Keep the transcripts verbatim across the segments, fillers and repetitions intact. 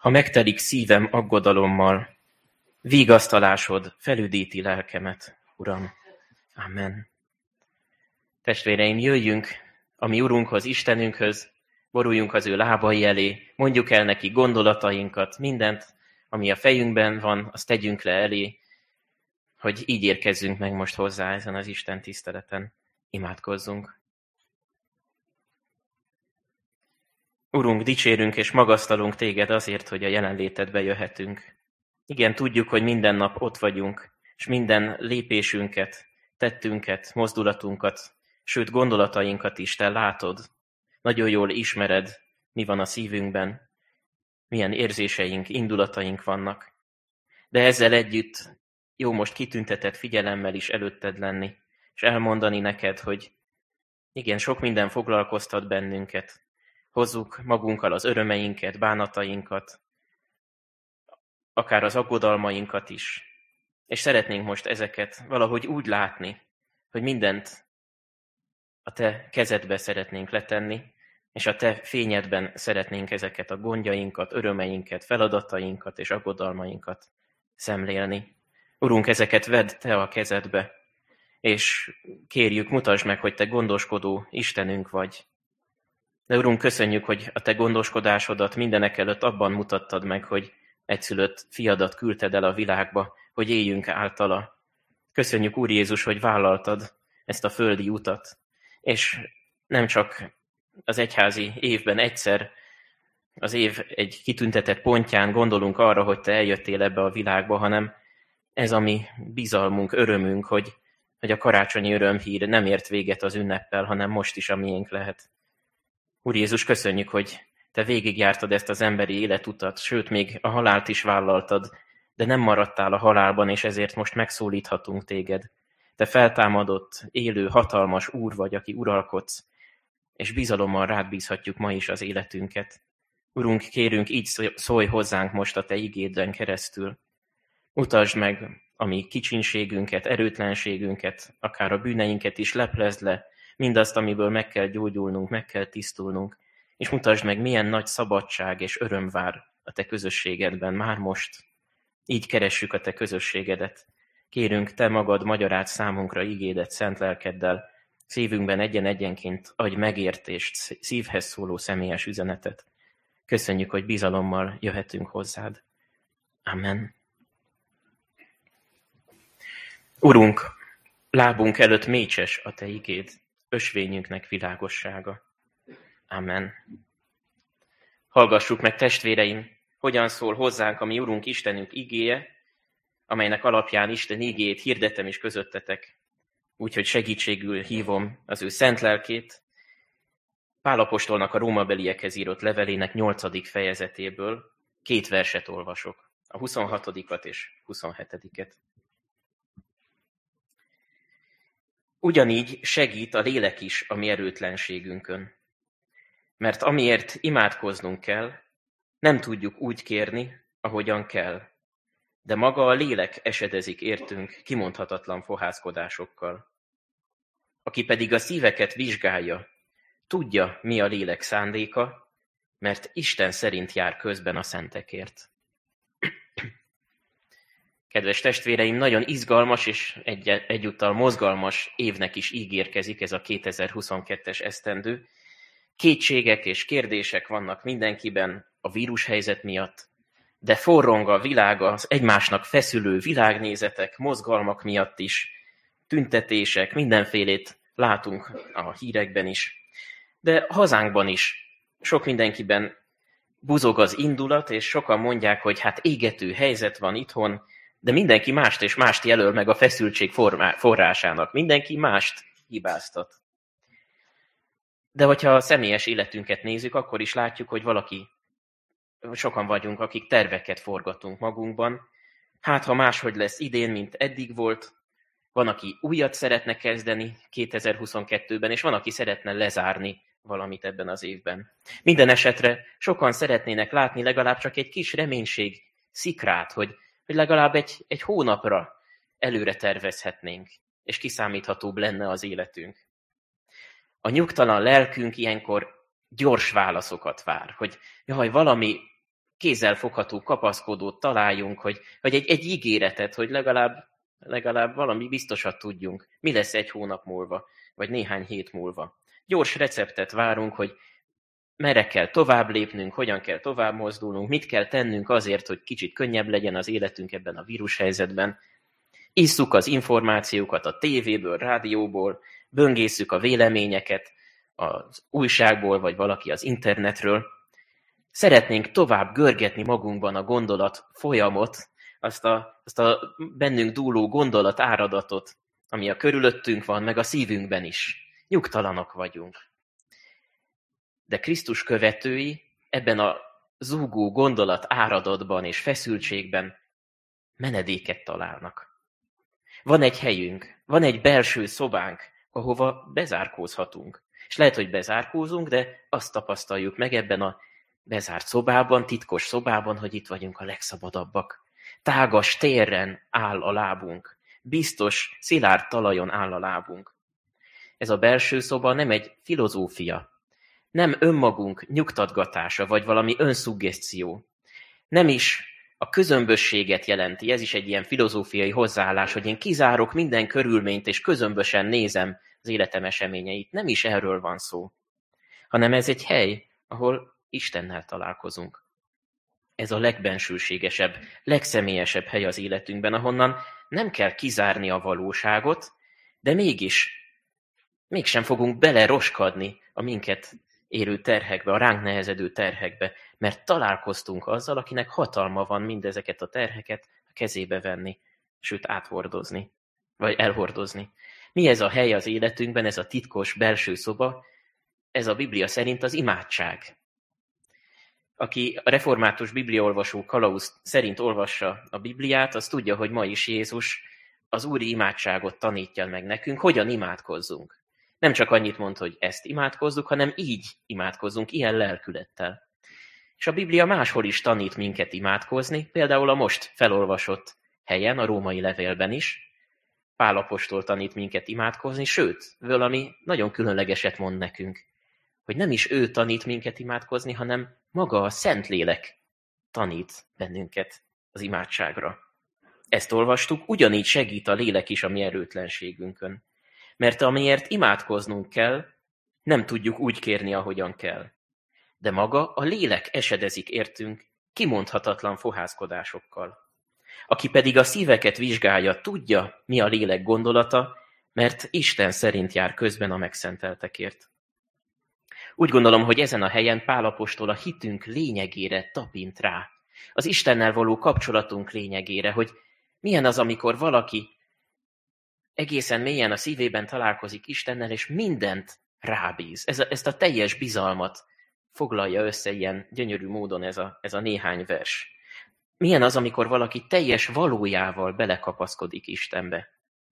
Ha megtelik szívem aggodalommal, vigasztalásod felüdíti lelkemet, Uram. Amen. Testvéreim, jöjjünk a mi Urunkhoz, Istenünkhöz, boruljunk az ő lábai elé, mondjuk el neki gondolatainkat, mindent, ami a fejünkben van, azt tegyünk le elé, hogy így érkezzünk meg most hozzá ezen az Isten tiszteleten. Imádkozzunk. Urunk, dicsérünk és magasztalunk téged azért, hogy a jelenlétedbe jöhetünk. Igen, tudjuk, hogy minden nap ott vagyunk, és minden lépésünket, tettünket, mozdulatunkat, sőt gondolatainkat is te látod. Nagyon jól ismered, mi van a szívünkben, milyen érzéseink, indulataink vannak. De ezzel együtt jó most kitüntetett figyelemmel is előtted lenni, és elmondani neked, hogy igen, sok minden foglalkoztat bennünket. Hozzuk magunkkal az örömeinket, bánatainkat, akár az aggodalmainkat is. És szeretnénk most ezeket valahogy úgy látni, hogy mindent a te kezedbe szeretnénk letenni, és a te fényedben szeretnénk ezeket a gondjainkat, örömeinket, feladatainkat és aggodalmainkat szemlélni. Urunk, ezeket vedd te a kezedbe, és kérjük, mutasd meg, hogy te gondoskodó Istenünk vagy. De Urunk, köszönjük, hogy a te gondoskodásodat mindenek előtt abban mutattad meg, hogy egyszülött fiadat küldted el a világba, hogy éljünk általa. Köszönjük, Úr Jézus, hogy vállaltad ezt a földi utat, és nem csak az egyházi évben egyszer, az év egy kitüntetett pontján gondolunk arra, hogy te eljöttél ebbe a világba, hanem ez a mi bizalmunk, örömünk, hogy, hogy a karácsonyi örömhír nem ért véget az ünneppel, hanem most is a miénk lehet. Úr Jézus, köszönjük, hogy te végigjártad ezt az emberi életutat, sőt, még a halált is vállaltad, de nem maradtál a halálban, és ezért most megszólíthatunk téged. Te feltámadott, élő, hatalmas Úr vagy, aki uralkodsz, és bizalommal rád bízhatjuk ma is az életünket. Urunk, kérünk, így szólj hozzánk most a te igédben keresztül. Utasd meg a mi kicsinségünket, erőtlenségünket, akár a bűneinket is leplezd le, mindazt, amiből meg kell gyógyulnunk, meg kell tisztulnunk, és mutasd meg, milyen nagy szabadság és öröm vár a te közösségedben már most. Így keressük a te közösségedet. Kérünk, te magad magyarázd számunkra igédet szent lelkeddel, szívünkben egyen-egyenként adj megértést, szívhez szóló személyes üzenetet. Köszönjük, hogy bizalommal jöhetünk hozzád. Amen. Urunk, lábunk előtt mécses a te igéd, ösvényünknek világossága. Amen. Hallgassuk meg, testvéreim, hogyan szól hozzánk a mi Urunk Istenünk igéje, amelynek alapján Isten igéjét hirdetem is közöttetek, úgyhogy segítségül hívom az ő szent lelkét, Pál apostolnak a rómabeliekhez írott levelének nyolcadik fejezetéből két verset olvasok, a huszonhatodikat és huszonhetediket. Ugyanígy segít a lélek is a mi erőtlenségünkön. Mert amiért imádkoznunk kell, nem tudjuk úgy kérni, ahogyan kell. De maga a lélek esedezik értünk kimondhatatlan fohászkodásokkal. Aki pedig a szíveket vizsgálja, tudja, mi a lélek szándéka, mert Isten szerint jár közben a szentekért. Kedves testvéreim, nagyon izgalmas és egy- egyúttal mozgalmas évnek is ígérkezik ez a kétezer-huszonkettes esztendő. Kétségek és kérdések vannak mindenkiben a vírushelyzet miatt, de forrong a világ az egymásnak feszülő világnézetek, mozgalmak miatt is, tüntetések, mindenfélét látunk a hírekben is. De hazánkban is sok mindenkiben buzog az indulat, és sokan mondják, hogy hát égető helyzet van itthon, de mindenki mást és mást jelöl meg a feszültség formá- forrásának. Mindenki mást hibáztat. De hogyha a személyes életünket nézzük, akkor is látjuk, hogy valaki, sokan vagyunk, akik terveket forgatunk magunkban. Hát, ha máshogy lesz idén, mint eddig volt, van, aki újat szeretne kezdeni kétezer-huszonkettőben, és van, aki szeretne lezárni valamit ebben az évben. Minden esetre sokan szeretnének látni legalább csak egy kis reménység szikrát, hogy, hogy legalább egy, egy hónapra előre tervezhetnénk, és kiszámíthatóbb lenne az életünk. A nyugtalan lelkünk ilyenkor gyors válaszokat vár, hogy jaj, valami kézzelfogható kapaszkodót találjunk, hogy, vagy egy, egy ígéretet, hogy legalább, legalább valami biztosat tudjunk, mi lesz egy hónap múlva, vagy néhány hét múlva. Gyors receptet várunk, hogy merre kell tovább lépnünk, hogyan kell tovább mozdulnunk, mit kell tennünk azért, hogy kicsit könnyebb legyen az életünk ebben a vírushelyzetben. Isszuk az információkat a tévéből, rádióból, böngészük a véleményeket az újságból, vagy valaki az internetről. Szeretnénk tovább görgetni magunkban a gondolat folyamot, azt a, azt a bennünk dúló gondolat áradatot, ami a körülöttünk van, meg a szívünkben is. Nyugtalanok vagyunk. De Krisztus követői ebben a zúgó gondolat áradatban és feszültségben menedéket találnak. Van egy helyünk, van egy belső szobánk, ahova bezárkózhatunk. És lehet, hogy bezárkózunk, de azt tapasztaljuk meg ebben a bezárt szobában, titkos szobában, hogy itt vagyunk a legszabadabbak. Tágas térren áll a lábunk, biztos, szilárd talajon áll a lábunk. Ez a belső szoba nem egy filozófia, nem önmagunk nyugtatgatása, vagy valami önszuggeszció. Nem is a közömbösséget jelenti, ez is egy ilyen filozófiai hozzáállás, hogy én kizárok minden körülményt, és közömbösen nézem az életem eseményeit. Nem is erről van szó, hanem ez egy hely, ahol Istennel találkozunk. Ez a legbensőségesebb, legszemélyesebb hely az életünkben, ahonnan nem kell kizárni a valóságot, de mégis, mégsem fogunk beleroskadni a minket érő terhekbe, a ránk nehezedő terhekbe, mert találkoztunk azzal, akinek hatalma van mindezeket a terheket a kezébe venni, sőt áthordozni, vagy elhordozni. Mi ez a hely az életünkben, ez a titkos belső szoba? Ez a Biblia szerint az imádság. Aki a református bibliaolvasó kalauz szerint olvassa a Bibliát, az tudja, hogy ma is Jézus az úri imádságot tanítja meg nekünk, hogyan imádkozzunk. Nem csak annyit mond, hogy ezt imádkozzuk, hanem így imádkozzunk, ilyen lelkülettel. És a Biblia máshol is tanít minket imádkozni, például a most felolvasott helyen, a római levélben is. Pál apostol tanít minket imádkozni, sőt, valami nagyon különlegeset mond nekünk, hogy nem is ő tanít minket imádkozni, hanem maga a Szentlélek tanít bennünket az imádságra. Ezt olvastuk, ugyanígy segít a lélek is a mi erőtlenségünkön. Mert amiért imádkoznunk kell, nem tudjuk úgy kérni, ahogyan kell. De maga a lélek esedezik értünk kimondhatatlan fohászkodásokkal. Aki pedig a szíveket vizsgálja, tudja, mi a lélek gondolata, mert Isten szerint jár közben a megszenteltekért. Úgy gondolom, hogy ezen a helyen Pál apostol a hitünk lényegére tapint rá. Az Istennel való kapcsolatunk lényegére, hogy milyen az, amikor valaki egészen mélyen a szívében találkozik Istennel, és mindent rábíz. Ez a, ezt a teljes bizalmat foglalja össze ilyen gyönyörű módon ez a, ez a néhány vers. Milyen az, amikor valaki teljes valójával belekapaszkodik Istenbe?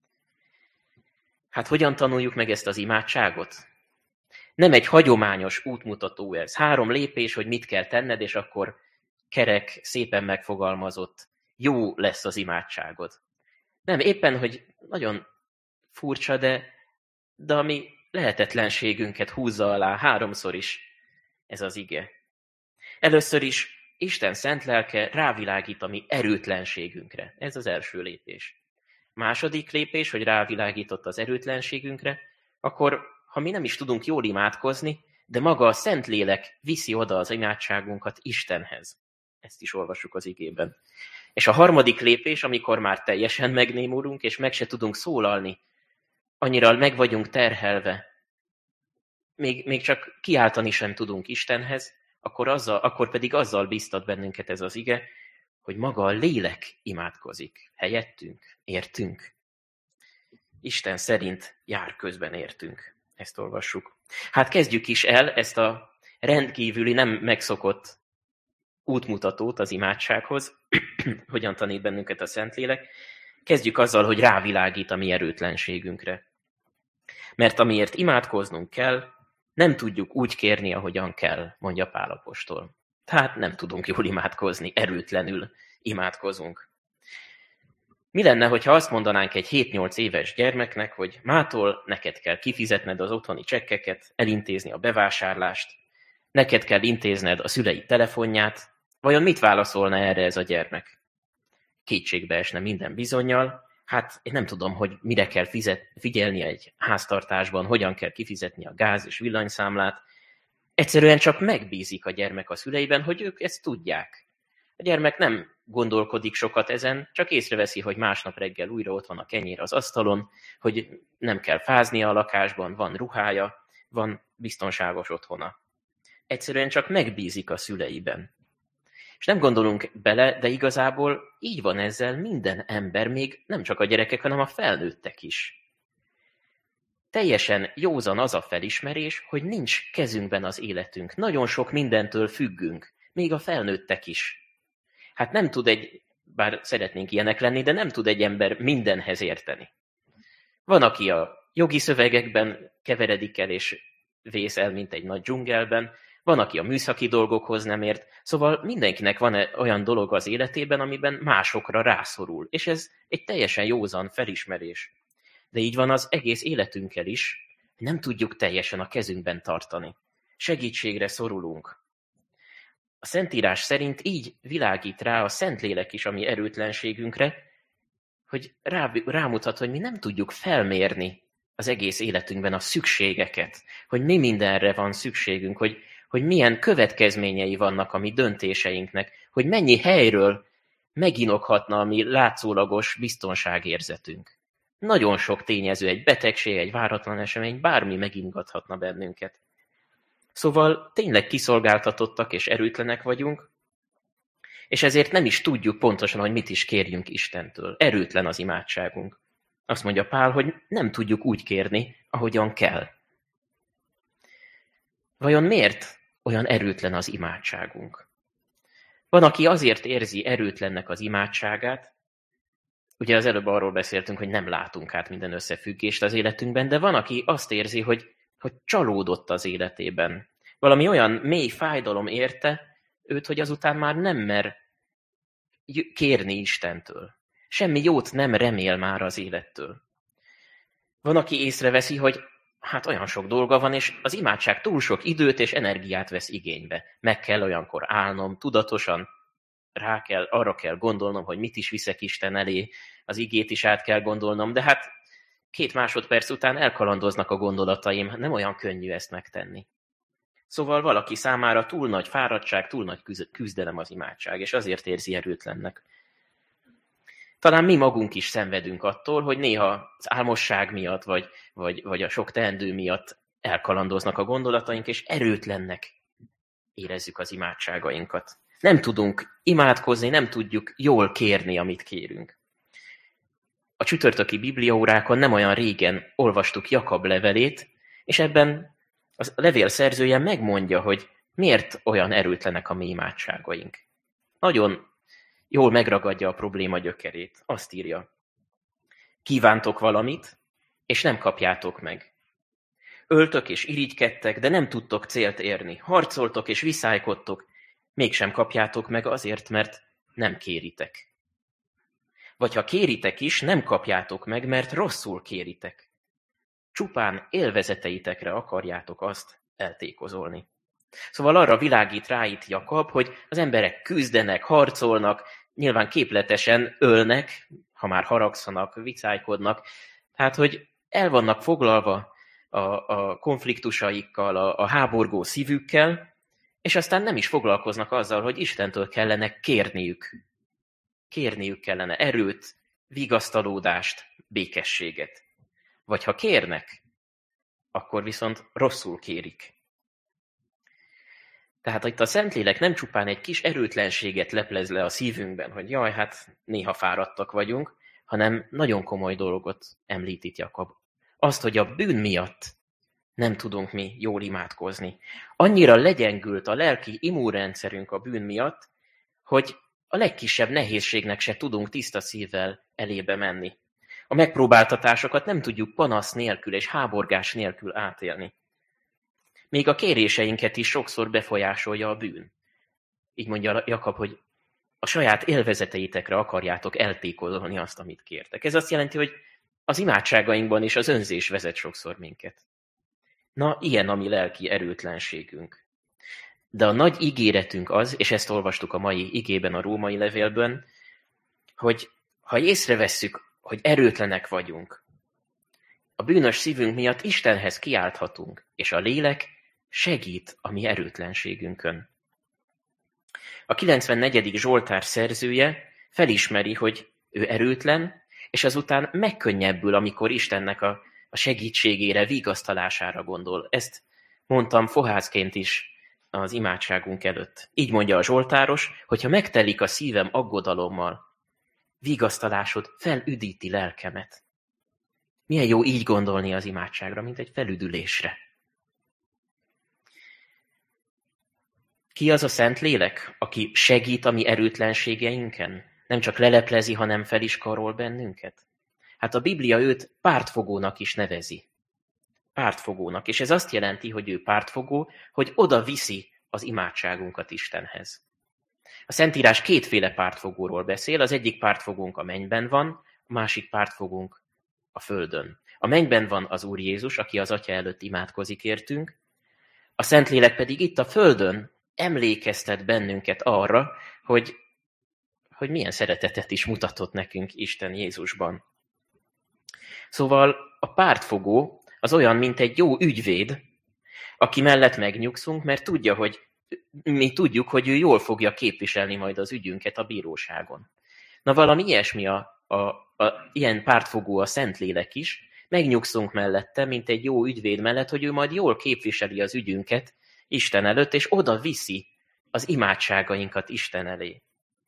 Hát hogyan tanuljuk meg ezt az imádságot? Nem egy hagyományos útmutató ez. Három lépés, hogy mit kell tenned, és akkor kerek, szépen megfogalmazott, jó lesz az imádságod. Nem, éppen, hogy nagyon furcsa, de, de a mi lehetetlenségünket húzza alá háromszor is ez az ige. Először is Isten szent lelke rávilágít a mi erőtlenségünkre. Ez az első lépés. Második lépés, hogy rávilágított az erőtlenségünkre, akkor, ha mi nem is tudunk jól imádkozni, de maga a Szentlélek viszi oda az imádságunkat Istenhez. Ezt is olvassuk az igében. És a harmadik lépés, amikor már teljesen megnémulunk, és meg se tudunk szólalni, annyira meg vagyunk terhelve, még, még csak kiáltani sem tudunk Istenhez, akkor, azzal, akkor pedig azzal bíztat bennünket ez az ige, hogy maga a lélek imádkozik. Helyettünk, értünk. Isten szerint jár közben értünk. Ezt olvassuk. Hát kezdjük is el ezt a rendkívüli, nem megszokott útmutatót az imádsághoz, hogyan tanít bennünket a Szentlélek. Kezdjük azzal, hogy rávilágít a mi erőtlenségünkre. Mert amiért imádkoznunk kell, nem tudjuk úgy kérni, ahogyan kell, mondja Pál apostol. Tehát nem tudunk jól imádkozni, erőtlenül imádkozunk. Mi lenne, hogyha azt mondanánk egy hét-nyolc éves gyermeknek, hogy mától neked kell kifizetned az otthoni csekkeket, elintézni a bevásárlást, neked kell intézned a szülei telefonját, Vajon mit válaszolna erre ez a gyermek? Kétségbe esne minden bizonnyal. Hát én nem tudom, hogy mire kell fizet, figyelni egy háztartásban, hogyan kell kifizetni a gáz és villanyszámlát. Egyszerűen csak megbízik a gyermek a szüleiben, hogy ők ezt tudják. A gyermek nem gondolkodik sokat ezen, csak észreveszi, hogy másnap reggel újra ott van a kenyér az asztalon, hogy nem kell fáznia a lakásban, van ruhája, van biztonságos otthona. Egyszerűen csak megbízik a szüleiben. És nem gondolunk bele, de igazából így van ezzel minden ember, még nem csak a gyerekek, hanem a felnőttek is. Teljesen józan az a felismerés, hogy nincs kezünkben az életünk. Nagyon sok mindentől függünk, még a felnőttek is. Hát nem tud egy, bár szeretnénk ilyenek lenni, de nem tud egy ember mindenhez érteni. Van, aki a jogi szövegekben keveredik el, és vész el, mint egy nagy dzsungelben, van, aki a műszaki dolgokhoz nem ért, szóval mindenkinek van olyan dolog az életében, amiben másokra rászorul, és ez egy teljesen józan felismerés. De így van az egész életünkkel is, nem tudjuk teljesen a kezünkben tartani. Segítségre szorulunk. A Szentírás szerint így világít rá a Szentlélek is a mi erőtlenségünkre, hogy rá, rámutat, hogy mi nem tudjuk felmérni az egész életünkben a szükségeket, hogy mi mindenre van szükségünk, hogy, hogy milyen következményei vannak a mi döntéseinknek, hogy mennyi helyről meginokhatna a mi látszólagos biztonságérzetünk. Nagyon sok tényező, egy betegség, egy váratlan esemény, bármi megingathatna bennünket. Szóval tényleg kiszolgáltatottak és erőtlenek vagyunk, és ezért nem is tudjuk pontosan, hogy mit is kérjünk Istentől. Erőtlen az imádságunk. Azt mondja Pál, hogy nem tudjuk úgy kérni, ahogyan kell. Vajon miért olyan erőtlen az imádságunk? Van, aki azért érzi erőtlennek az imádságát, ugye az előbb arról beszéltünk, hogy nem látunk át minden összefüggést az életünkben, de van, aki azt érzi, hogy, hogy csalódott az életében. Valami olyan mély fájdalom érte őt, hogy azután már nem mer kérni Istentől. Semmi jót nem remél már az élettől. Van, aki észreveszi, hogy hát olyan sok dolga van, és az imádság túl sok időt és energiát vesz igénybe. Meg kell olyankor állnom, tudatosan rá kell, arra kell gondolnom, hogy mit is viszek Isten elé, az igét is át kell gondolnom, de hát két másodperc után elkalandoznak a gondolataim, nem olyan könnyű ezt megtenni. Szóval valaki számára túl nagy fáradtság, túl nagy küzdelem az imádság, és azért érzi erőtlennek. Talán mi magunk is szenvedünk attól, hogy néha az álmosság miatt, vagy, vagy, vagy a sok teendő miatt elkalandoznak a gondolataink, és erőtlennek érezzük az imádságainkat. Nem tudunk imádkozni, nem tudjuk jól kérni, amit kérünk. A csütörtöki bibliaórákon nem olyan régen olvastuk Jakab levelét, és ebben a levél szerzője megmondja, hogy miért olyan erőtlenek a mi imádságaink. Nagyon jól megragadja a probléma gyökerét. Azt írja: kívántok valamit, és nem kapjátok meg. Öltök és irigykedtek, de nem tudtok célt érni. Harcoltok és viszálykodtok, mégsem kapjátok meg azért, mert nem kéritek. Vagy ha kéritek is, nem kapjátok meg, mert rosszul kéritek. Csupán élvezeteitekre akarjátok azt eltékozolni. Szóval arra világít rá itt Jakab, hogy az emberek küzdenek, harcolnak, nyilván képletesen ölnek, ha már haragszanak, vicájkodnak. Tehát, hogy el vannak foglalva a, a konfliktusaikkal, a, a háborgó szívükkel, és aztán nem is foglalkoznak azzal, hogy Istentől kellene kérniük. Kérniük kellene erőt, vigasztalódást, békességet. Vagy ha kérnek, akkor viszont rosszul kérik. Tehát itt a Szentlélek nem csupán egy kis erőtlenséget leplez le a szívünkben, hogy jaj, hát néha fáradtak vagyunk, hanem nagyon komoly dolgot említ itt Jakab. Azt, hogy a bűn miatt nem tudunk mi jól imádkozni. Annyira legyengült a lelki immunrendszerünk a bűn miatt, hogy a legkisebb nehézségnek se tudunk tiszta szívvel elébe menni. A megpróbáltatásokat nem tudjuk panasz nélkül és háborgás nélkül átélni. Még a kéréseinket is sokszor befolyásolja a bűn. Így mondja Jakab, hogy a saját élvezeteitekre akarjátok eltékozolni azt, amit kértek. Ez azt jelenti, hogy az imádságainkban is az önzés vezet sokszor minket. Na, ilyen a mi lelki erőtlenségünk. De a nagy ígéretünk az, és ezt olvastuk a mai igében a római levélben, hogy ha észrevesszük, hogy erőtlenek vagyunk, a bűnös szívünk miatt Istenhez kiálthatunk, és a lélek segít a mi erőtlenségünkön. A kilencvennegyedik Zsoltár szerzője felismeri, hogy ő erőtlen, és azután megkönnyebbül, amikor Istennek a, a segítségére, vigasztalására gondol. Ezt mondtam fohászként is az imádságunk előtt. Így mondja a zsoltáros, hogyha megtelik a szívem aggodalommal, vigasztalásod felüdíti lelkemet. Milyen jó így gondolni az imádságra, mint egy felüdülésre. Ki az a Szentlélek, aki segít a mi erőtlenségeinken? Nem csak leleplezi, hanem fel is karol bennünket? Hát a Biblia őt pártfogónak is nevezi. Pártfogónak. És ez azt jelenti, hogy ő pártfogó, hogy oda viszi az imádságunkat Istenhez. A Szentírás kétféle pártfogóról beszél. Az egyik pártfogónk a mennyben van, a másik pártfogónk a földön. A mennyben van az Úr Jézus, aki az Atya előtt imádkozik értünk, a Szentlélek pedig itt a földön emlékeztet bennünket arra, hogy, hogy milyen szeretetet is mutatott nekünk Isten Jézusban. Szóval a pártfogó az olyan, mint egy jó ügyvéd, aki mellett megnyugszunk, mert tudja, hogy mi tudjuk, hogy ő jól fogja képviselni majd az ügyünket a bíróságon. Na valami ilyesmi a, a, a ilyen pártfogó a Szentlélek is, megnyugszunk mellette, mint egy jó ügyvéd mellett, hogy ő majd jól képviseli az ügyünket Isten előtt, és oda viszi az imádságainkat Isten elé.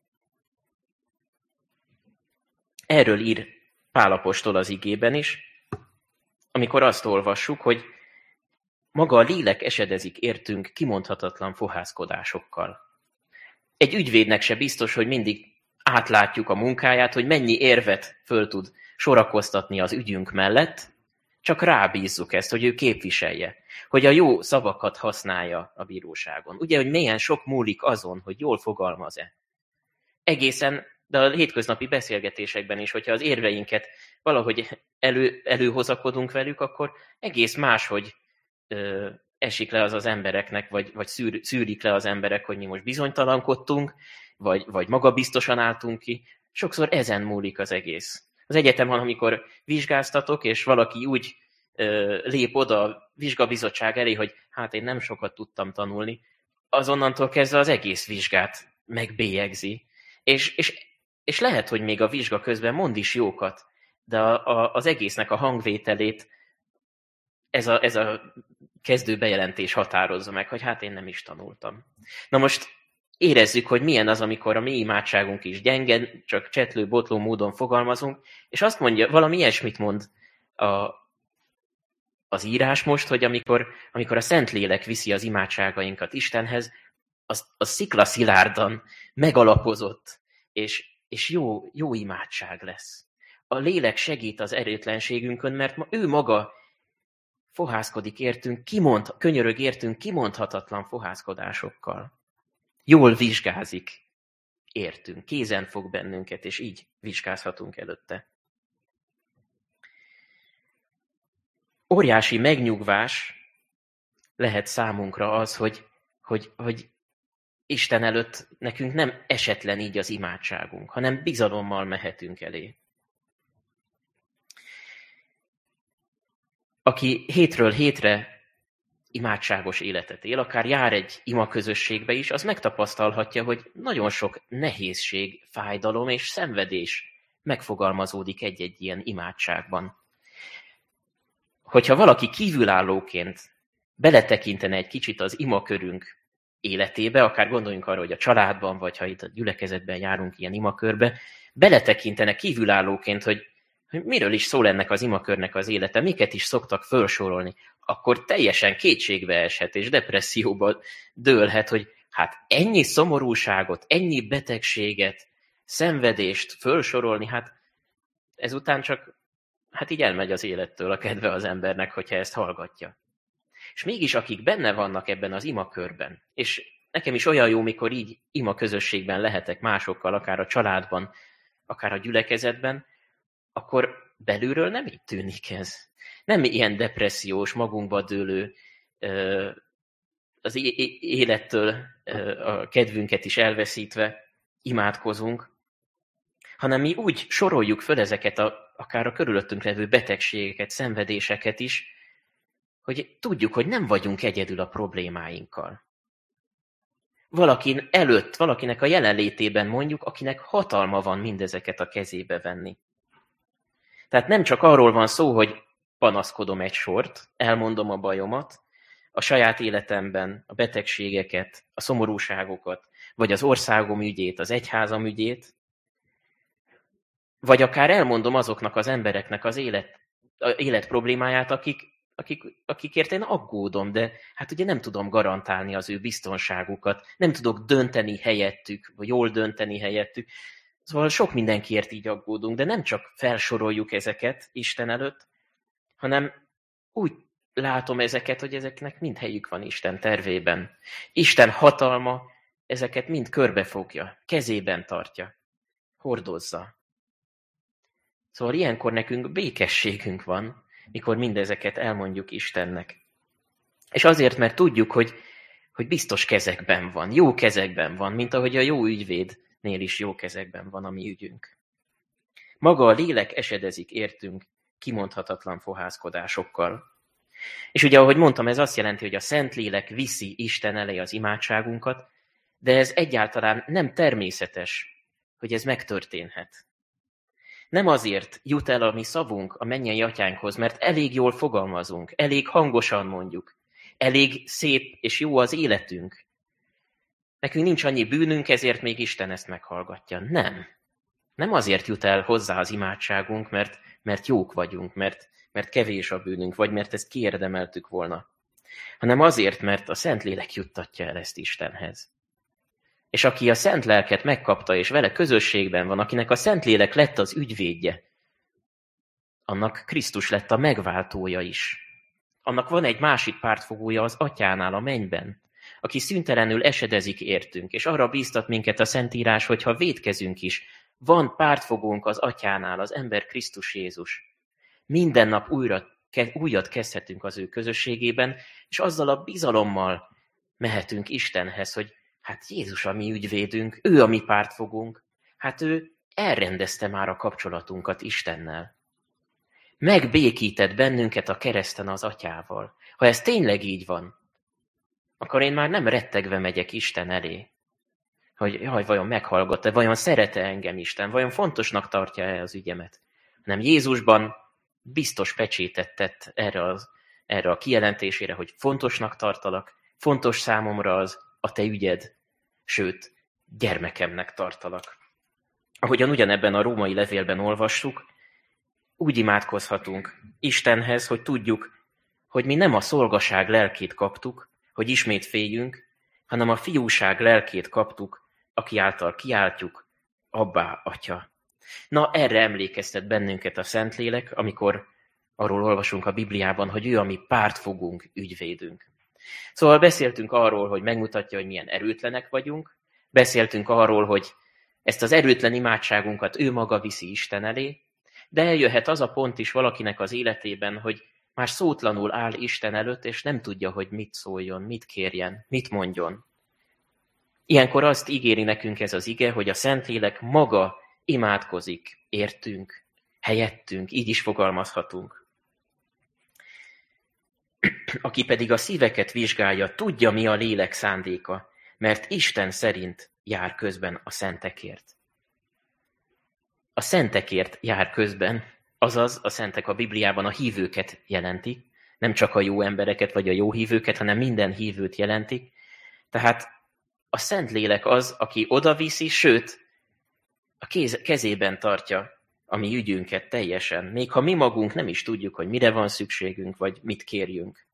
Erről ír Pál apostol az igében is, amikor azt olvassuk, hogy maga a lélek esedezik értünk kimondhatatlan fohászkodásokkal. Egy ügyvédnek se biztos, hogy mindig átlátjuk a munkáját, hogy mennyi érvet föl tud sorakoztatni az ügyünk mellett, csak rábízzuk ezt, hogy ő képviselje, hogy a jó szavakat használja a bíróságon. Ugye, hogy milyen sok múlik azon, hogy jól fogalmaz-e. Egészen, de a hétköznapi beszélgetésekben is, hogyha az érveinket valahogy elő, előhozakodunk velük, akkor egész máshogy ö, esik le az az embereknek, vagy, vagy szűr, szűrik le az emberek, hogy mi most bizonytalankodtunk, vagy, vagy magabiztosan álltunk ki. Sokszor ezen múlik az egész. Az egyetemen, amikor vizsgáztatok, és valaki úgy ö, lép oda a vizsgabizottság elé, hogy hát én nem sokat tudtam tanulni, azonnantól kezdve az egész vizsgát megbélyegzi. És, és, és lehet, hogy még a vizsga közben mond is jókat, de a, a, az egésznek a hangvételét ez a, ez a kezdő bejelentés határozza meg, hogy hát én nem is tanultam. Na most érezzük, hogy milyen az, amikor a mi imádságunk is gyenge, csak csetlő, botló módon fogalmazunk, és azt mondja, valami ilyesmit mond a, az írás most, hogy amikor, amikor a Szentlélek viszi az imádságainkat Istenhez, az, az sziklaszilárdan megalapozott, és, és jó, jó imádság lesz. A lélek segít az erőtlenségünkön, mert ma ő maga fohászkodik értünk, kimond, könyörög értünk kimondhatatlan fohászkodásokkal. Jól vizsgázik értünk, kézen fog bennünket, és így vizsgázhatunk előtte. Óriási megnyugvás lehet számunkra az, hogy, hogy, hogy Isten előtt nekünk nem esetlen így az imádságunk, hanem bizalommal mehetünk elé. Aki hétről hétre imádságos életet él, akár jár egy imaközösségbe is, az megtapasztalhatja, hogy nagyon sok nehézség, fájdalom és szenvedés megfogalmazódik egy-egy ilyen imádságban. Hogyha valaki kívülállóként beletekintene egy kicsit az imakörünk életébe, akár gondoljunk arra, hogy a családban, vagy ha itt a gyülekezetben járunk ilyen imakörbe, beletekintene kívülállóként, hogy miről is szól ennek az imakörnek az élete, miket is szoktak felsorolni, akkor teljesen kétségbe eshet, és depresszióba dőlhet, hogy hát ennyi szomorúságot, ennyi betegséget, szenvedést felsorolni, hát ezután csak, hát így elmegy az élettől a kedve az embernek, hogyha ezt hallgatja. És mégis akik benne vannak ebben az imakörben, és nekem is olyan jó, mikor így ima közösségben lehetek másokkal, akár a családban, akár a gyülekezetben, akkor belülről nem így tűnik ez. Nem ilyen depressziós, magunkba dőlő ö, az élettől a kedvünket is elveszítve imádkozunk, hanem mi úgy soroljuk föl ezeket a, akár a körülöttünk levő betegségeket, szenvedéseket is, hogy tudjuk, hogy nem vagyunk egyedül a problémáinkkal. Valakin előtt, valakinek a jelenlétében mondjuk, akinek hatalma van mindezeket a kezébe venni. Tehát nem csak arról van szó, hogy panaszkodom egy sort, elmondom a bajomat, a saját életemben a betegségeket, a szomorúságokat, vagy az országom ügyét, az egyházam ügyét, vagy akár elmondom azoknak az embereknek az élet, az élet problémáját, akik, akik, akikért én aggódom, de hát ugye nem tudom garantálni az ő biztonságukat, nem tudok dönteni helyettük, vagy jól dönteni helyettük. Szóval sok mindenkiért így aggódunk, de nem csak felsoroljuk ezeket Isten előtt, hanem úgy látom ezeket, hogy ezeknek mind helyük van Isten tervében. Isten hatalma ezeket mind körbefogja, kezében tartja, hordozza. Szóval ilyenkor nekünk békességünk van, mikor mindezeket elmondjuk Istennek. És azért, mert tudjuk, hogy, hogy biztos kezekben van, jó kezekben van, mint ahogy a jó ügyvédnél is jó kezekben van a mi ügyünk. Maga a lélek esedezik értünk kimondhatatlan fohászkodásokkal. És ugye, ahogy mondtam, ez azt jelenti, hogy a Szentlélek viszi Isten elé az imádságunkat, de ez egyáltalán nem természetes, hogy ez megtörténhet. Nem azért jut el a mi szavunk a mennyei atyánkhoz, mert elég jól fogalmazunk, elég hangosan mondjuk, elég szép és jó az életünk. Nekünk nincs annyi bűnünk, ezért még Isten ezt meghallgatja. Nem. Nem azért jut el hozzá az imádságunk, mert, mert jók vagyunk, mert, mert kevés a bűnünk, vagy mert ezt kiérdemeltük volna, hanem azért, mert a Szentlélek juttatja el ezt Istenhez. És aki a Szent Lelket megkapta, és vele közösségben van, akinek a Szentlélek lett az ügyvédje, annak Krisztus lett a megváltója is. Annak van egy másik pártfogója az Atyánál a mennyben, aki szüntelenül esedezik értünk, és arra bíztat minket a Szentírás, hogy ha vétkezünk is, van pártfogónk az Atyánál, az ember Krisztus Jézus. Minden nap újra, újat kezdhetünk az ő közösségében, és azzal a bizalommal mehetünk Istenhez, hogy hát Jézus a mi ügyvédünk, ő a mi pártfogónk, hát ő elrendezte már a kapcsolatunkat Istennel. Megbékített bennünket a kereszten az Atyával. Ha ez tényleg így van, akkor én már nem rettegve megyek Isten elé, hogy jaj, vajon meghallgat-e, vajon szeret-e engem Isten, vajon fontosnak tartja-e az ügyemet. Hanem Jézusban biztos pecsétet tett erre, az, erre a kijelentésére, hogy fontosnak tartalak, fontos számomra az a te ügyed, sőt, gyermekemnek tartalak. Ahogyan ugyanebben a római levélben olvassuk, úgy imádkozhatunk Istenhez, hogy tudjuk, hogy mi nem a szolgaság lelkét kaptuk, hogy ismét féljünk, hanem a fiúság lelkét kaptuk, aki által kiáltjuk, Abbá, Atya. Na, erre emlékeztet bennünket a Szentlélek, amikor arról olvasunk a Bibliában, hogy ő a mi pártfogunk, ügyvédünk. Szóval beszéltünk arról, hogy megmutatja, hogy milyen erőtlenek vagyunk, beszéltünk arról, hogy ezt az erőtlen imádságunkat ő maga viszi Isten elé, de eljöhet az a pont is valakinek az életében, hogy már szótlanul áll Isten előtt, és nem tudja, hogy mit szóljon, mit kérjen, mit mondjon. Ilyenkor azt ígéri nekünk ez az ige, hogy a Szentlélek maga imádkozik, értünk, helyettünk, így is fogalmazhatunk. Aki pedig a szíveket vizsgálja, tudja, mi a lélek szándéka, mert Isten szerint jár közben a szentekért. A szentekért jár közben, azaz a szentek a Bibliában a hívőket jelentik, nem csak a jó embereket vagy a jó hívőket, hanem minden hívőt jelentik. Tehát a Szentlélek az, aki odaviszi, sőt, a kéz, kezében tartja a mi ügyünket teljesen, még ha mi magunk nem is tudjuk, hogy mire van szükségünk, vagy mit kérjünk.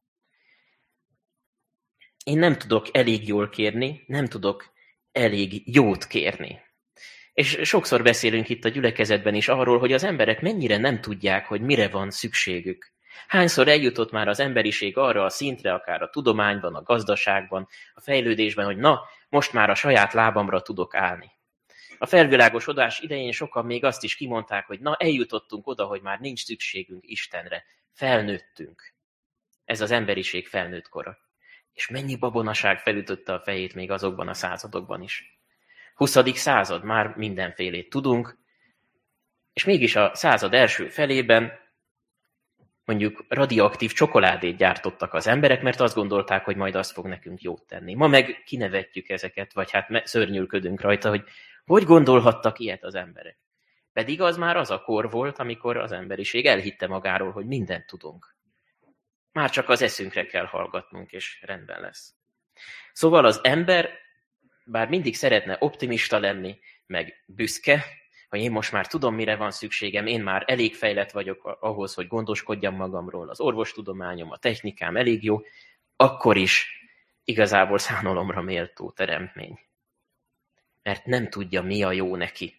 Én nem tudok elég jól kérni, nem tudok elég jót kérni. És sokszor beszélünk itt a gyülekezetben is arról, hogy az emberek mennyire nem tudják, hogy mire van szükségük. Hányszor eljutott már az emberiség arra a szintre, akár a tudományban, a gazdaságban, a fejlődésben, hogy na, most már a saját lábamra tudok állni. A felvilágosodás idején sokan még azt is kimondták, hogy na, eljutottunk oda, hogy már nincs szükségünk Istenre. Felnőttünk. Ez az emberiség felnőtt kora. És mennyi babonaság felütötte a fejét még azokban a századokban is. huszadik század, már mindenfélét tudunk, és mégis a század első felében mondjuk radioaktív csokoládét gyártottak az emberek, mert azt gondolták, hogy majd az fog nekünk jót tenni. Ma meg kinevetjük ezeket, vagy hát szörnyűködünk rajta, hogy hogy gondolhattak ilyet az emberek. Pedig az már az a kor volt, amikor az emberiség elhitte magáról, hogy mindent tudunk. Már csak az eszünkre kell hallgatnunk, és rendben lesz. Szóval az ember, bár mindig szeretne optimista lenni, meg büszke, hogy én most már tudom, mire van szükségem, én már elég fejlett vagyok ahhoz, hogy gondoskodjam magamról, az orvostudományom, a technikám elég jó, akkor is igazából szánalomra méltó teremtmény. Mert nem tudja, mi a jó neki.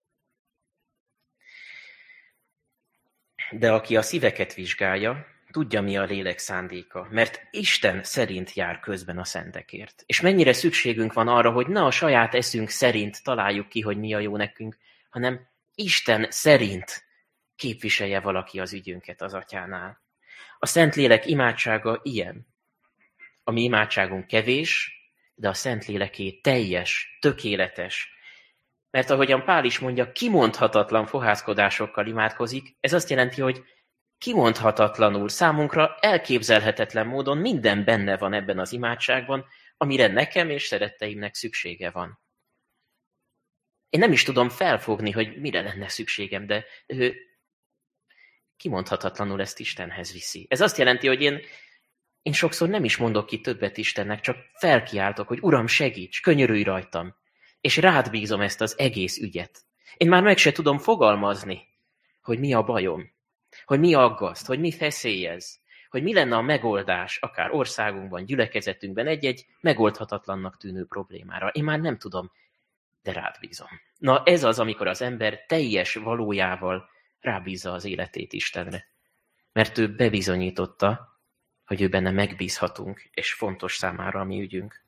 De aki a szíveket vizsgálja, tudja, mi a lélek szándéka, mert Isten szerint jár közben a szentekért. És mennyire szükségünk van arra, hogy ne a saját eszünk szerint találjuk ki, hogy mi a jó nekünk, hanem Isten szerint képviselje valaki az ügyünket az Atyánál. A Szentlélek imádsága ilyen. A mi imádságunk kevés, de a Szentléleké teljes, tökéletes. Mert ahogyan Pál is mondja, kimondhatatlan fohászkodásokkal imádkozik, ez azt jelenti, hogy kimondhatatlanul, számunkra elképzelhetetlen módon minden benne van ebben az imádságban, amire nekem és szeretteimnek szüksége van. Én nem is tudom felfogni, hogy mire lenne szükségem, de ő kimondhatatlanul ezt Istenhez viszi. Ez azt jelenti, hogy én, én sokszor nem is mondok ki többet Istennek, csak felkiáltok, hogy Uram, segíts, könyörülj rajtam, és rád bízom ezt az egész ügyet. Én már meg se tudom fogalmazni, hogy mi a bajom, hogy mi aggaszt, hogy mi feszélyez, hogy mi lenne a megoldás, akár országunkban, gyülekezetünkben egy-egy megoldhatatlannak tűnő problémára. Én már nem tudom, de rád bízom. Na ez az, amikor az ember teljes valójával rábízza az életét Istenre. Mert ő bebizonyította, hogy ő benne megbízhatunk, és fontos számára a mi ügyünk.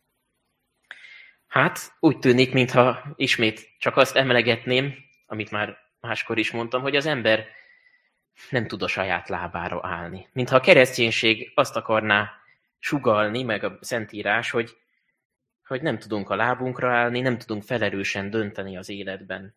Hát úgy tűnik, mintha ismét csak azt emlegetném, amit már máskor is mondtam, hogy az ember nem tud a saját lábára állni. Mintha a kereszténység azt akarná sugallni, meg a Szentírás, hogy, hogy nem tudunk a lábunkra állni, nem tudunk felelősen dönteni az életben.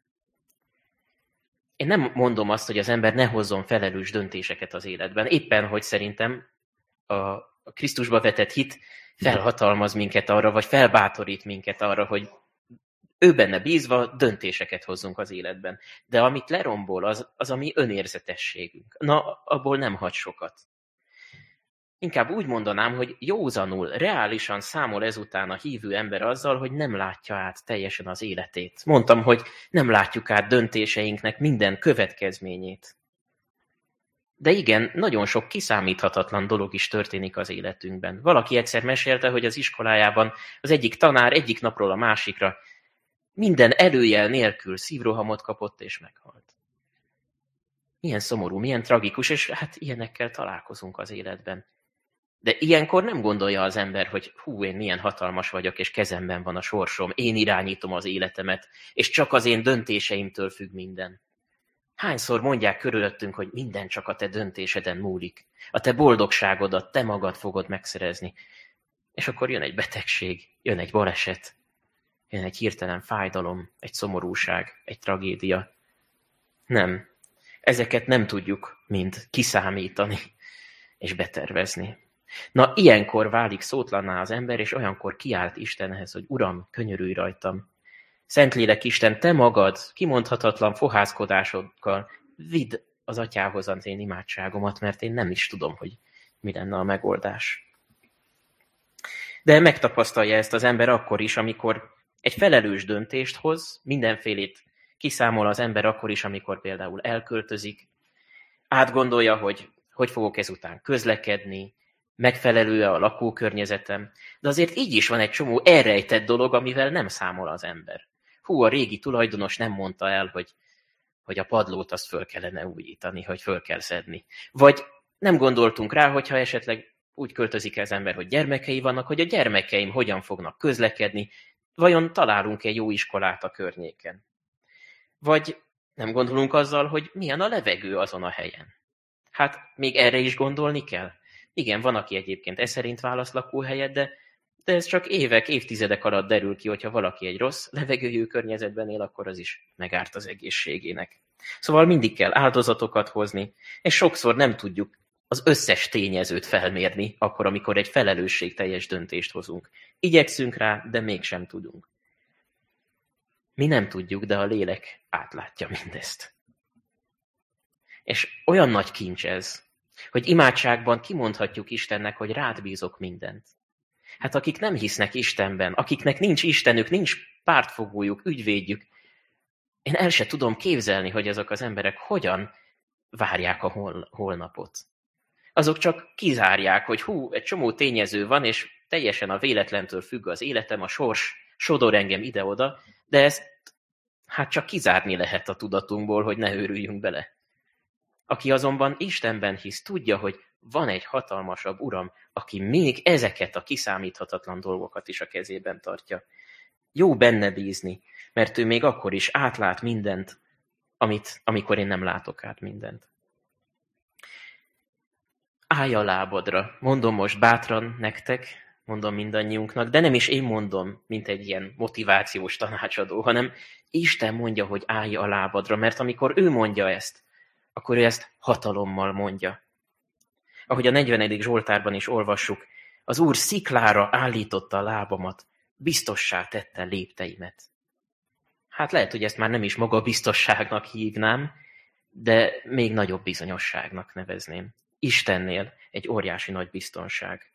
Én nem mondom azt, hogy az ember ne hozzon felelős döntéseket az életben. Éppen, hogy szerintem a Krisztusba vetett hit felhatalmaz minket arra, vagy felbátorít minket arra, hogy ő benne bízva döntéseket hozzunk az életben. De amit lerombol, az, az a mi önérzetességünk. Na, abból nem hagy sokat. Inkább úgy mondanám, hogy józanul, reálisan számol ezután a hívő ember azzal, hogy nem látja át teljesen az életét. Mondtam, hogy nem látjuk át döntéseinknek minden következményét. De igen, nagyon sok kiszámíthatatlan dolog is történik az életünkben. Valaki egyszer mesélte, hogy az iskolájában az egyik tanár egyik napról a másikra minden előjel nélkül szívrohamot kapott és meghalt. Milyen szomorú, milyen tragikus, és hát ilyenekkel találkozunk az életben. De ilyenkor nem gondolja az ember, hogy hú, én milyen hatalmas vagyok, és kezemben van a sorsom, én irányítom az életemet, és csak az én döntéseimtől függ minden. Hányszor mondják körülöttünk, hogy minden csak a te döntéseden múlik, a te boldogságodat te magad fogod megszerezni. És akkor jön egy betegség, jön egy baleset, jön egy hirtelen fájdalom, egy szomorúság, egy tragédia. Nem, ezeket nem tudjuk mind kiszámítani és betervezni. Na, ilyenkor válik szótlanná az ember, és olyankor kiált Istenhez, hogy Uram, könyörülj rajtam. Szentlélek Isten, te magad kimondhatatlan fohászkodásokkal vidd az Atyához az én imádságomat, mert én nem is tudom, hogy mi lenne a megoldás. De megtapasztalja ezt az ember akkor is, amikor egy felelős döntést hoz, mindenfélét kiszámol az ember akkor is, amikor például elköltözik, átgondolja, hogy hogy fogok ezután közlekedni, megfelelő-e a lakókörnyezetem, de azért így is van egy csomó elrejtett dolog, amivel nem számol az ember. Hú, a régi tulajdonos nem mondta el, hogy, hogy a padlót azt föl kellene újítani, hogy föl kell szedni. Vagy nem gondoltunk rá, hogyha esetleg úgy költözik az ember, hogy gyermekei vannak, hogy a gyermekeim hogyan fognak közlekedni, vajon találunk-e jó iskolát a környéken. Vagy nem gondolunk azzal, hogy milyen a levegő azon a helyen. Hát még erre is gondolni kell. Igen, van, aki egyébként e szerint választ lakóhelyet, de, de ez csak évek, évtizedek alatt derül ki, hogyha valaki egy rossz levegőjű környezetben él, akkor az is megárt az egészségének. Szóval mindig kell áldozatokat hozni, és sokszor nem tudjuk az összes tényezőt felmérni, akkor, amikor egy felelősségteljes döntést hozunk. Igyekszünk rá, de mégsem tudunk. Mi nem tudjuk, de a lélek átlátja mindezt. És olyan nagy kincs ez, hogy imádságban kimondhatjuk Istennek, hogy rád bízok mindent. Hát akik nem hisznek Istenben, akiknek nincs Istenük, nincs pártfogójuk, ügyvédjük, én el se tudom képzelni, hogy azok az emberek hogyan várják a hol- holnapot. Azok csak kizárják, hogy hú, egy csomó tényező van, és teljesen a véletlentől függ az életem, a sors sodor engem ide-oda, de ezt hát csak kizárni lehet a tudatunkból, hogy ne őrüljünk bele. Aki azonban Istenben hisz, tudja, hogy van egy hatalmasabb Uram, aki még ezeket a kiszámíthatatlan dolgokat is a kezében tartja. Jó benne bízni, mert ő még akkor is átlát mindent, amit, amikor én nem látok át mindent. Állj a lábadra, mondom most bátran nektek, mondom mindannyiunknak, de nem is én mondom, mint egy ilyen motivációs tanácsadó, hanem Isten mondja, hogy állj a lábadra, mert amikor ő mondja ezt, akkor ő ezt hatalommal mondja. Ahogy a negyvenedik Zsoltárban is olvassuk, az Úr sziklára állította a lábamat, biztossá tette lépteimet. Hát lehet, hogy ezt már nem is magabiztosságnak hívnám, de még nagyobb bizonyosságnak nevezném. Istennél egy óriási nagy biztonság.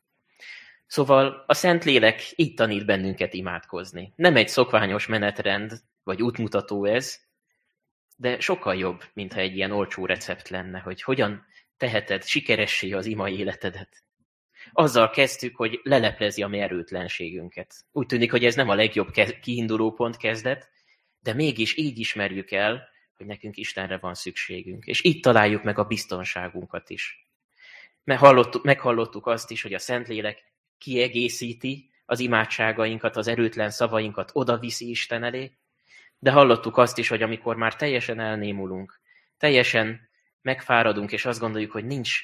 Szóval a Szentlélek így tanít bennünket imádkozni. Nem egy szokványos menetrend, vagy útmutató ez, de sokkal jobb, mintha egy ilyen olcsó recept lenne, hogy hogyan teheted sikeressé az ima életedet. Azzal kezdtük, hogy leleplezi a mi erőtlenségünket. Úgy tűnik, hogy ez nem a legjobb kiinduló pont kezdet, de mégis így ismerjük el, hogy nekünk Istenre van szükségünk. És itt találjuk meg a biztonságunkat is. Meghallottuk, meghallottuk azt is, hogy a Szentlélek kiegészíti az imádságainkat, az erőtlen szavainkat odaviszi Isten elé, de hallottuk azt is, hogy amikor már teljesen elnémulunk, teljesen megfáradunk, és azt gondoljuk, hogy nincs,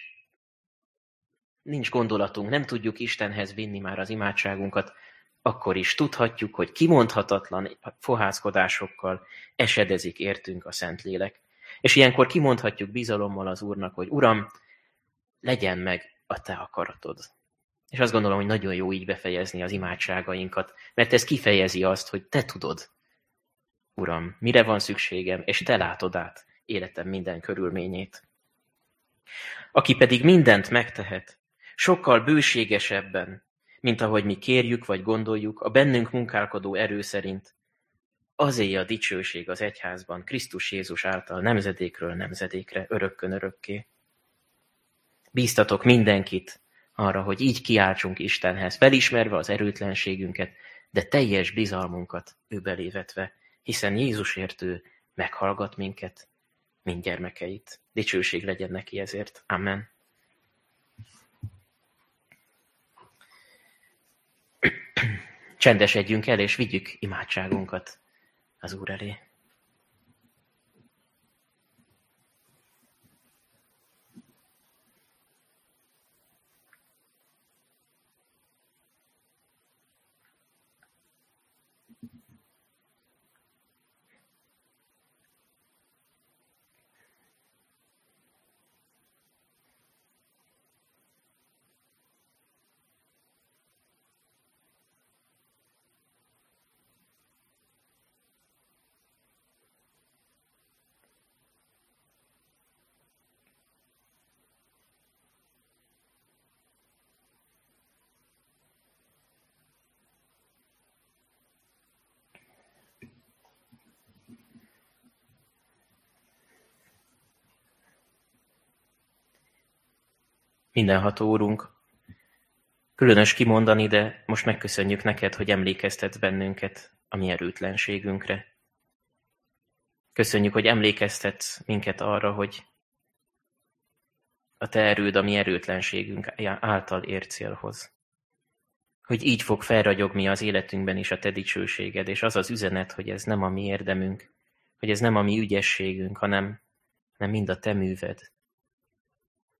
nincs gondolatunk, nem tudjuk Istenhez vinni már az imádságunkat, akkor is tudhatjuk, hogy kimondhatatlan fohászkodásokkal esedezik értünk a Szentlélek. És ilyenkor kimondhatjuk bizalommal az Úrnak, hogy Uram, legyen meg a te akaratod. És azt gondolom, hogy nagyon jó így befejezni az imádságainkat, mert ez kifejezi azt, hogy te tudod, Uram, mire van szükségem, és te látod át életem minden körülményét. Aki pedig mindent megtehet, sokkal bőségesebben, mint ahogy mi kérjük vagy gondoljuk, a bennünk munkálkodó erő szerint, azé a dicsőség az egyházban, Krisztus Jézus által nemzedékről nemzedékre, örökkön örökké. Bíztatok mindenkit arra, hogy így kiáltsunk Istenhez, felismerve az erőtlenségünket, de teljes bizalmunkat ő belévetve, hiszen Jézusért ő meghallgat minket, mint gyermekeit. Dicsőség legyen neki ezért. Amen. Csendesedjünk el, és vigyük imádságunkat az Úr elé. Mindenható Úrunk, különös kimondani, de most megköszönjük neked, hogy emlékeztetsz bennünket a mi erőtlenségünkre. Köszönjük, hogy emlékeztetsz minket arra, hogy a te erőd a mi erőtlenségünk által ér célhoz. Hogy így fog felragyogni az életünkben is a te dicsőséged, és az az üzenet, hogy ez nem a mi érdemünk, hogy ez nem a mi ügyességünk, hanem, hanem mind a te műved.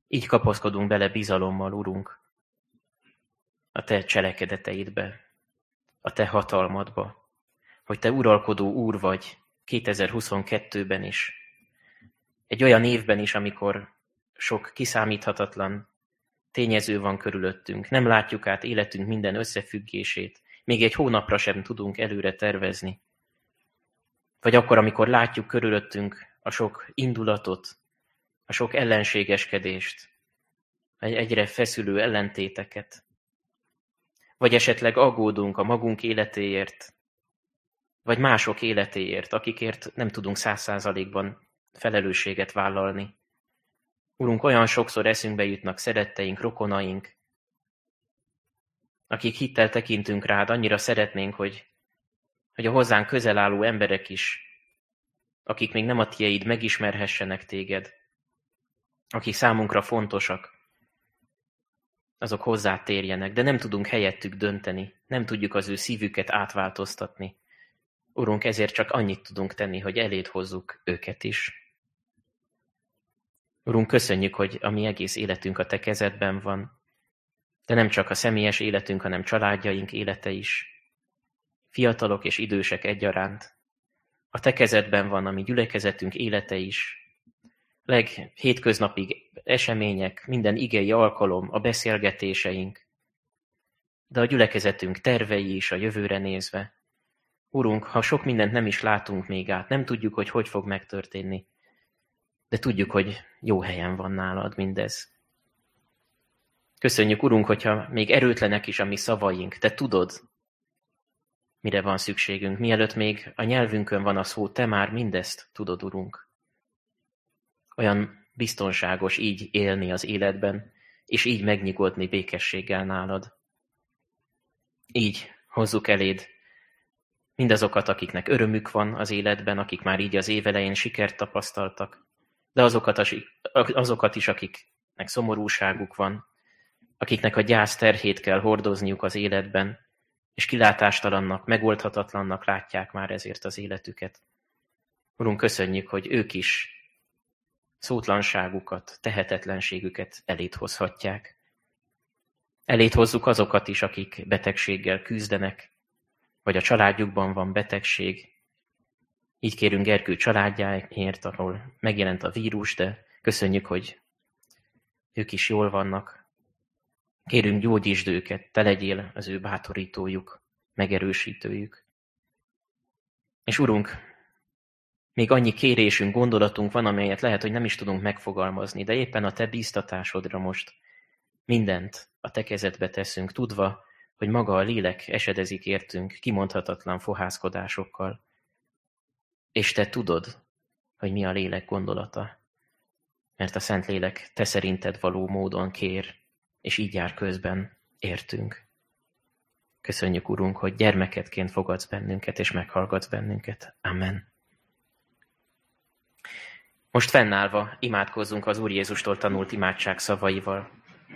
Így kapaszkodunk bele bizalommal, Urunk, a Te cselekedeteidbe, a Te hatalmadba, hogy Te uralkodó Úr vagy kétezer-huszonkettőben is. Egy olyan évben is, amikor sok kiszámíthatatlan tényező van körülöttünk, nem látjuk át életünk minden összefüggését, még egy hónapra sem tudunk előre tervezni. Vagy akkor, amikor látjuk körülöttünk a sok indulatot, a sok ellenségeskedést, egyre feszülő ellentéteket. Vagy esetleg aggódunk a magunk életéért, vagy mások életéért, akikért nem tudunk száz százalékban felelősséget vállalni. Urunk, olyan sokszor eszünkbe jutnak szeretteink, rokonaink, akik hittel tekintünk rád, annyira szeretnénk, hogy, hogy a hozzánk közel álló emberek is, akik még nem a tieid, megismerhessenek téged, akik számunkra fontosak, azok hozzátérjenek, de nem tudunk helyettük dönteni, nem tudjuk az ő szívüket átváltoztatni. Urunk, ezért csak annyit tudunk tenni, hogy eléd hozzuk őket is. Urunk, köszönjük, hogy a mi egész életünk a Te kezedben van, de nem csak a személyes életünk, hanem családjaink élete is. Fiatalok és idősek egyaránt. A Te kezedben van a mi gyülekezetünk élete is. Leghétköznapi események, minden igei alkalom, a beszélgetéseink, de a gyülekezetünk tervei is a jövőre nézve. Urunk, ha sok mindent nem is látunk még át, nem tudjuk, hogy hogy fog megtörténni, de tudjuk, hogy jó helyen van nálad mindez. Köszönjük, Urunk, hogyha még erőtlenek is a mi szavaink, Te tudod, mire van szükségünk. Mielőtt még a nyelvünkön van a szó, Te már mindezt tudod, Urunk. Olyan biztonságos így élni az életben, és így megnyugodni békességgel nálad. Így hozzuk eléd mindazokat, akiknek örömük van az életben, akik már így az év elején sikert tapasztaltak, de azokat, azokat is, akiknek szomorúságuk van, akiknek a gyász terhét kell hordozniuk az életben, és kilátástalannak, megoldhatatlannak látják már ezért az életüket. Urunk, köszönjük, hogy ők is szótlanságukat, tehetetlenségüket eléd hozhatják. Eléd hozzuk azokat is, akik betegséggel küzdenek, vagy a családjukban van betegség. Így kérünk Gergő családjáért, ahol megjelent a vírus, de köszönjük, hogy ők is jól vannak. Kérünk, gyógyítsd őket, te legyél az ő bátorítójuk, megerősítőjük. És Urunk, még annyi kérésünk, gondolatunk van, amelyet lehet, hogy nem is tudunk megfogalmazni, de éppen a Te bíztatásodra most mindent a Te kezedbe teszünk, tudva, hogy maga a lélek esedezik értünk kimondhatatlan fohászkodásokkal. És Te tudod, hogy mi a lélek gondolata, mert a Szentlélek Te szerinted való módon kér, és így jár közben értünk. Köszönjük, Urunk, hogy gyermeketként fogadsz bennünket, és meghallgatsz bennünket. Amen. Most fennállva imádkozzunk az Úr Jézustól tanult imádság szavaival.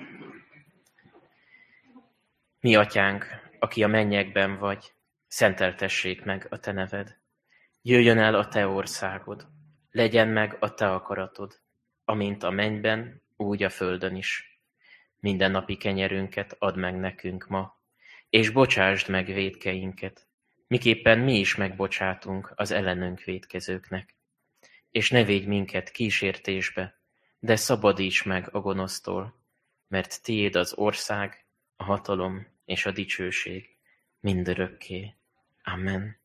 Mi atyánk, aki a mennyekben vagy, szenteltessék meg a te neved. Jöjjön el a te országod, legyen meg a te akaratod, amint a mennyben, úgy a földön is. Mindennapi kenyerünket add meg nekünk ma, és bocsásd meg vétkeinket, miképpen mi is megbocsátunk az ellenünk vétkezőknek. És ne védj minket kísértésbe, de szabadíts meg a gonosztól, mert tiéd az ország, a hatalom és a dicsőség mindörökké. Amen.